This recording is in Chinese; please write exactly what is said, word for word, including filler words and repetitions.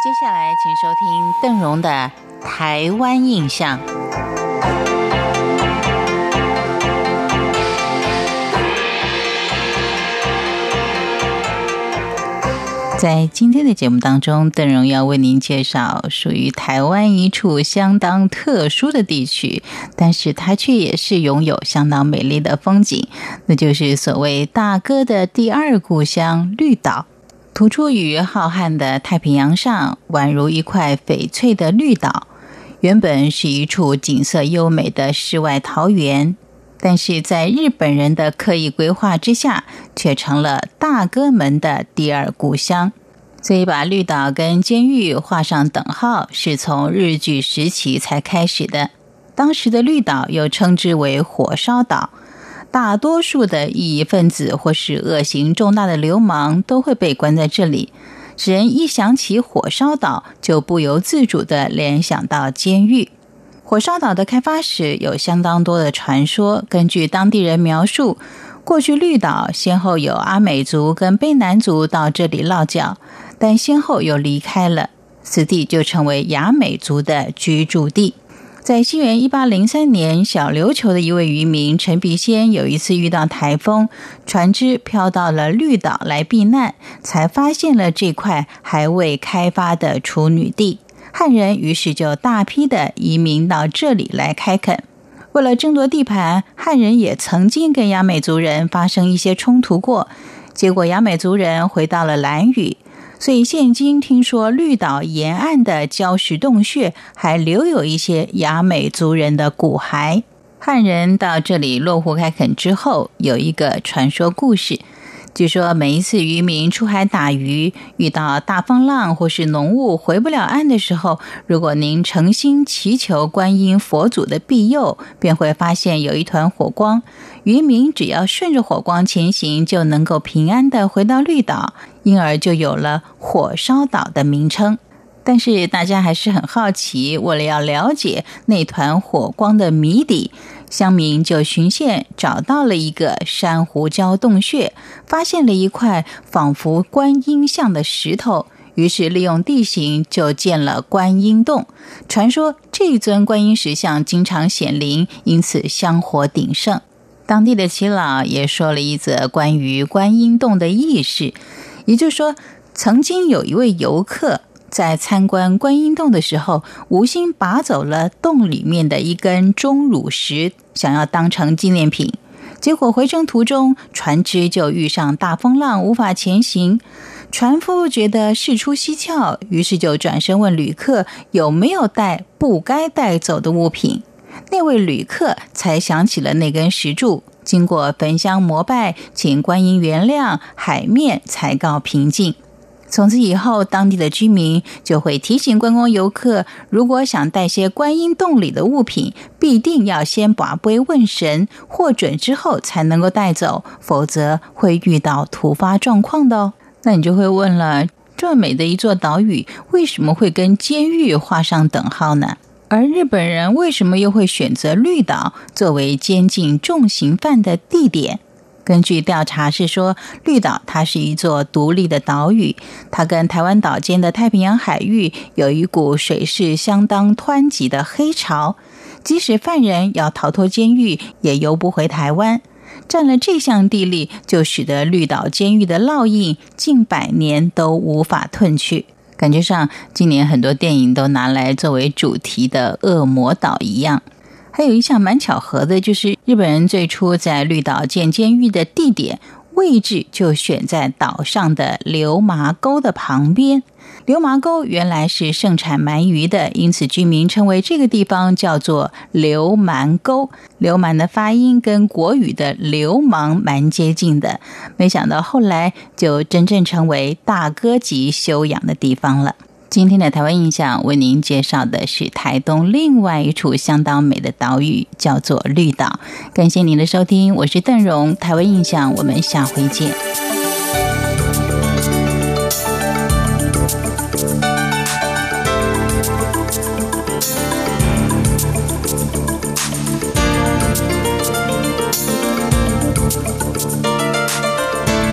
接下来请收听邓荣的台湾印象。在今天的节目当中，邓荣要为您介绍属于台湾一处相当特殊的地区，但是它却也是拥有相当美丽的风景，那就是所谓大哥的第二故乡绿岛。突出于浩瀚的太平洋上，宛如一块翡翠的绿岛，原本是一处景色优美的世外桃源，但是在日本人的刻意规划之下，却成了大哥们的第二故乡。所以把绿岛跟监狱画上等号，是从日据时期才开始的。当时的绿岛又称之为火烧岛，大多数的异议分子或是恶行重大的流氓都会被关在这里，使人一想起火烧岛，就不由自主地联想到监狱。火烧岛的开发史有相当多的传说，根据当地人描述，过去绿岛先后有阿美族跟卑南族到这里落脚，但先后又离开了，此地就成为雅美族的居住地。在西元一八零三年，小琉球的一位渔民陈必先有一次遇到台风，船只飘到了绿岛来避难，才发现了这块还未开发的处女地。汉人于是就大批的移民到这里来开垦。为了争夺地盘，汉人也曾经跟雅美族人发生一些冲突过，结果雅美族人回到了兰屿。所以现今听说绿岛沿岸的礁石洞穴还留有一些雅美族人的骨骸。汉人到这里落户开垦之后，有一个传说故事，据说每一次渔民出海打鱼，遇到大风浪或是浓雾回不了岸的时候，如果您诚心祈求观音佛祖的庇佑，便会发现有一团火光，渔民只要顺着火光前行，就能够平安地回到绿岛，因而就有了火烧岛的名称。但是大家还是很好奇，为了要了解那团火光的谜底，乡民就循线找到了一个珊瑚礁洞穴，发现了一块仿佛观音像的石头，于是利用地形就建了观音洞。传说这尊观音石像经常显灵，因此香火鼎盛。当地的耆老也说了一则关于观音洞的轶事，也就是说，曾经有一位游客在参观观音洞的时候，无心拔走了洞里面的一根钟乳石，想要当成纪念品。结果回程途中，船只就遇上大风浪，无法前行。船夫觉得事出蹊跷，于是就转身问旅客有没有带不该带走的物品。那位旅客才想起了那根石柱，经过焚香膜拜，请观音原谅，海面才告平静。从此以后，当地的居民就会提醒观光游客，如果想带些观音洞里的物品，必定要先跋杯问神，获准之后才能够带走，否则会遇到突发状况的哦。那你就会问了，这么美的一座岛屿，为什么会跟监狱画上等号呢？而日本人为什么又会选择绿岛作为监禁重刑犯的地点？根据调查是说，绿岛它是一座独立的岛屿，它跟台湾岛间的太平洋海域有一股水势相当湍急的黑潮，即使犯人要逃脱监狱，也游不回台湾。占了这项地利，就使得绿岛监狱的烙印近百年都无法褪去。感觉上今年很多电影都拿来作为主题的恶魔岛一样。还有一项蛮巧合的，就是日本人最初在绿岛建监狱的地点位置就选在岛上的流麻沟的旁边。流麻沟原来是盛产鳗鱼的，因此居民称为这个地方叫做流蛮沟。流蛮的发音跟国语的流氓蛮接近的，没想到后来就真正成为大哥级休养的地方了。今天的台湾印象为您介绍的是台东另外一处相当美的岛屿，叫做绿岛。感谢您的收听，我是邓荣，台湾印象，我们下回见。